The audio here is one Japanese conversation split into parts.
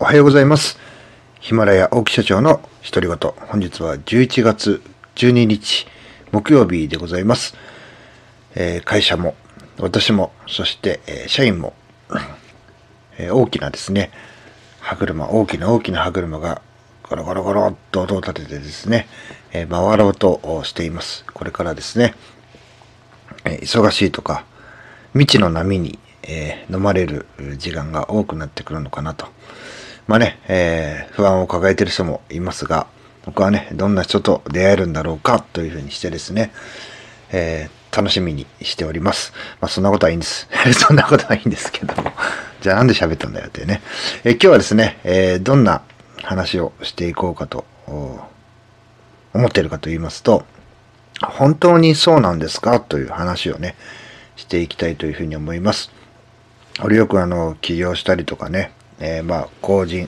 おはようございます。ヒマラヤ大木社長の独り言。本日は11月12日木曜日でございます。会社も私もそして、社員も、大きなですね歯車、大きな歯車がゴロゴロゴロっと音を立ててですね、回ろうとしています。これからですね、忙しいとか未知の波に、飲まれる時間が多くなってくるのかなと。不安を抱えている人もいますが、僕はね、どんな人と出会えるんだろうかというふうにしてですね、楽しみにしております。そんなことはいいんです。そんなことはいいんですけども。じゃあなんで喋ったんだよってね。今日はですね、どんな話をしていこうかと思っているかと言いますと、本当にそうなんですかという話をね、していきたいというふうに思います。俺よく起業したりとかね、法人、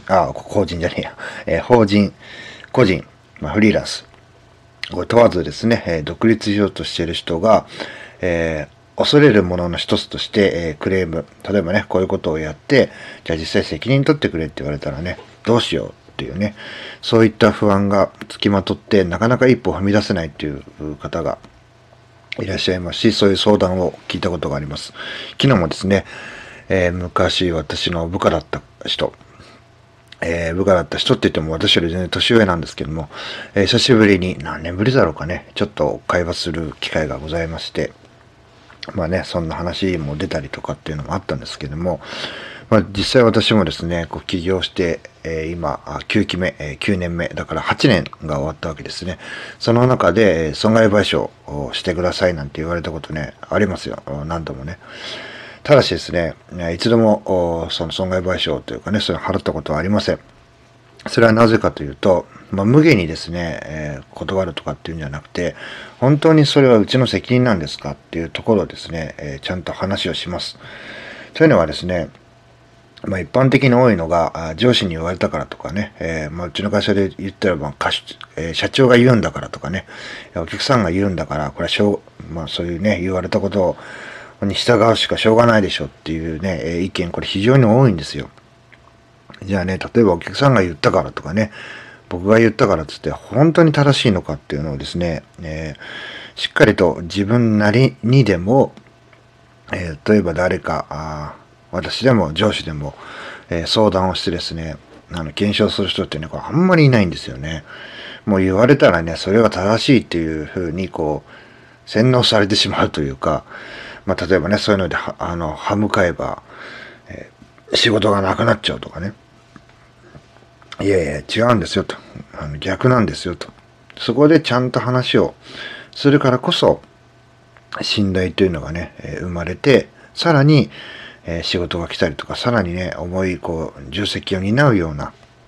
個人、フリーランス、これ問わずですね、独立しようとしている人が、恐れるものの一つとして、クレーム。例えばね、こういうことをやって、じゃあ実際責任取ってくれって言われたらね、どうしようっていうね、そういった不安がつきまとって、なかなか一歩踏み出せないっていう方がいらっしゃいますし、そういう相談を聞いたことがあります。昨日もですね、昔私の部下だった人って言っても私より全然年上なんですけども、久しぶりに何年ぶりだろうかね、ちょっと会話する機会がございまして、そんな話も出たりとかっていうのもあったんですけども、実際私もですね、起業して、今9期目、9年目だから8年が終わったわけですね。その中で損害賠償をしてくださいなんて言われたことね、ありますよ。何度もね。ただしですね、一度もその損害賠償というかね、それを払ったことはありません。それはなぜかというと、無限にですね、断るとかっていうんじゃなくて、本当にそれはうちの責任なんですかっていうところをですね、ちゃんと話をします。というのはですね、一般的に多いのが、上司に言われたからとかね、うちの会社で言ったら、社長が言うんだからとかね、お客さんが言うんだから、これはそういうね、言われたことに従うしかしょうがないでしょっていうね、意見、これ非常に多いんですよ。じゃあね、例えばお客さんが言ったからとかね、僕が言ったからっつって本当に正しいのかっていうのをですね、しっかりと自分なりにでも、例えば誰か、私でも上司でも、相談をしてですね、検証する人ってね、これあんまりいないんですよね。もう言われたらね、それが正しいっていうふうに洗脳されてしまうというか、例えばね、そういうので歯向かえば、仕事がなくなっちゃうとかね。いやいや、違うんですよと。逆なんですよと。そこでちゃんと話をするからこそ、信頼というのがね、生まれて、さらに、仕事が来たりとか、さらにね、重い、重責を担うような、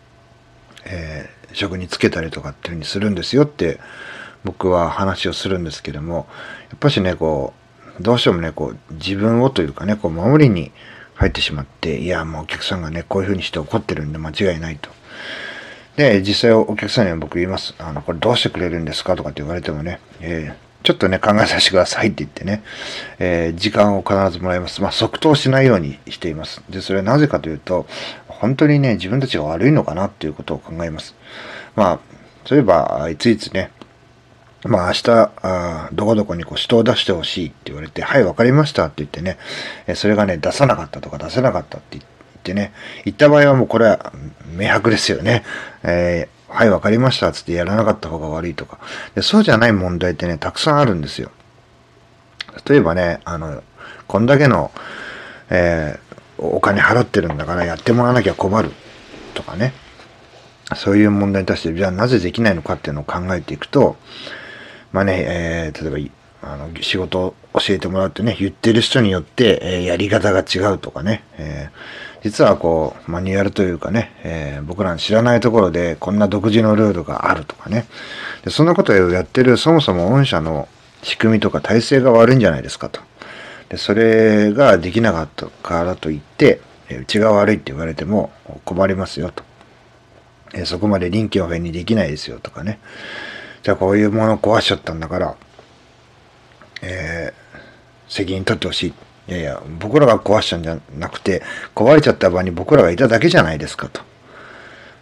職に就けたりとかっていうふうにするんですよって、僕は話をするんですけども、やっぱしね、どうしてもね、自分をというかね、守りに入ってしまって、いや、もうお客さんがね、こういうふうにして怒ってるんで間違いないと。で、実際お客さんには僕言います。これどうしてくれるんですかとかって言われてもね、ちょっとね、考えさせてくださいって言ってね、時間を必ずもらいます。即答しないようにしています。で、それはなぜかというと、本当にね、自分たちが悪いのかなっていうことを考えます。例えば、いついつね、明日、どこどこに人を出してほしいって言われて、はい、わかりましたって言ってね、それがね、出さなかったとか出せなかったって言ってね、言った場合はもうこれは明白ですよね。はい、わかりましたっつってやらなかった方が悪いとか。で、そうじゃない問題ってね、たくさんあるんですよ。例えばね、こんだけの、お金払ってるんだからやってもらわなきゃ困るとかね。そういう問題に対して、じゃあなぜできないのかっていうのを考えていくと、例えば、仕事を教えてもらうってね、言ってる人によって、やり方が違うとかね、実はマニュアルというかね、僕らの知らないところでこんな独自のルールがあるとかね。で、そんなことをやってる、そもそも御社の仕組みとか体制が悪いんじゃないですかと。で、それができなかったからといって、うちが悪いって言われても困りますよと。そこまで臨機応変にできないですよとかね。じゃあこういうものを壊しちゃったんだから、責任取ってほしい。いやいや、僕らが壊したんじゃなくて、壊れちゃった場に僕らがいただけじゃないですかと。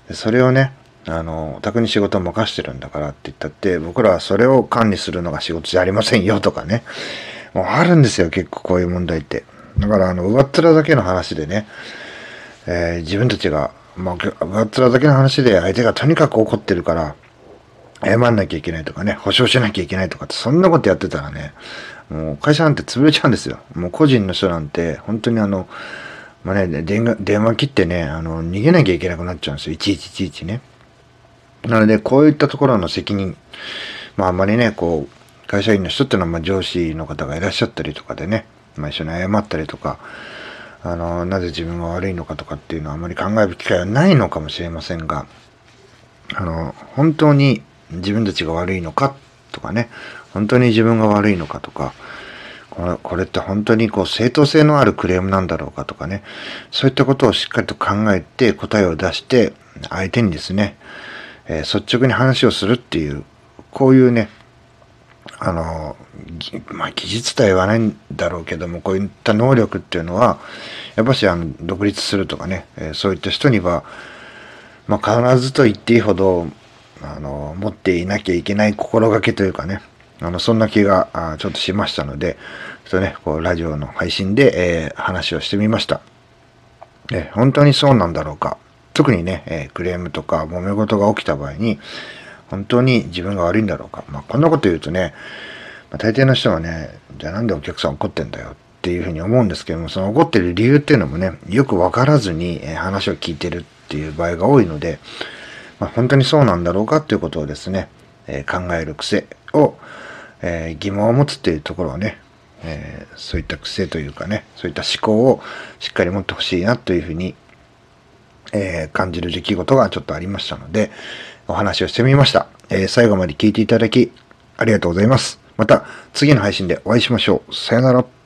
それをね、お宅に仕事を任してるんだからって言ったって、僕らはそれを管理するのが仕事じゃありませんよとかね。もうあるんですよ、結構こういう問題って。だから、上っ面だけの話でね、自分たちが、まあ、上っ面だけの話で相手がとにかく怒ってるから、謝んなきゃいけないとかね、保証しなきゃいけないとかって、そんなことやってたらね、もう会社なんて潰れちゃうんですよ。もう個人の人なんて、本当にまあね、電話切ってね、逃げなきゃいけなくなっちゃうんですよ。いちいちいちいちね。なので、こういったところの責任、まあ、あんまりね、こう、会社員の人っていうのは、まあ、上司の方がいらっしゃったりとかでね、まあ、一緒に謝ったりとか、なぜ自分が悪いのかとかっていうのはあまり考える機会はないのかもしれませんが、本当に自分たちが悪いのかとかね、本当に自分が悪いのかとか、これって本当にこう正当性のあるクレームなんだろうかとかね、そういったことをしっかりと考えて答えを出して、相手にですね、率直に話をするっていう、こういうね、まあ、技術とは言わないんだろうけども、こういった能力っていうのは、やっぱし独立するとかね、そういった人には、まあ、必ずと言っていいほど、持っていなきゃいけない心がけというかね、そんな気がちょっとしましたので、ちょっとね、こうラジオの配信で、話をしてみました。本当にそうなんだろうか。特にね、クレームとか揉め事が起きた場合に、本当に自分が悪いんだろうか。まあ、こんなこと言うとね、まあ、大抵の人はね、じゃあなんでお客さん怒ってんだよっていうふうに思うんですけども、その怒ってる理由っていうのもね、よくわからずに、話を聞いてるっていう場合が多いので、まあ、本当にそうなんだろうかっていうことをですね、考える癖を、疑問を持つっていうところをね、そういった癖というかね、そういった思考をしっかり持ってほしいなというふうに、感じる出来事がちょっとありましたので、お話をしてみました。最後まで聞いていただき、ありがとうございます。また次の配信でお会いしましょう。さよなら。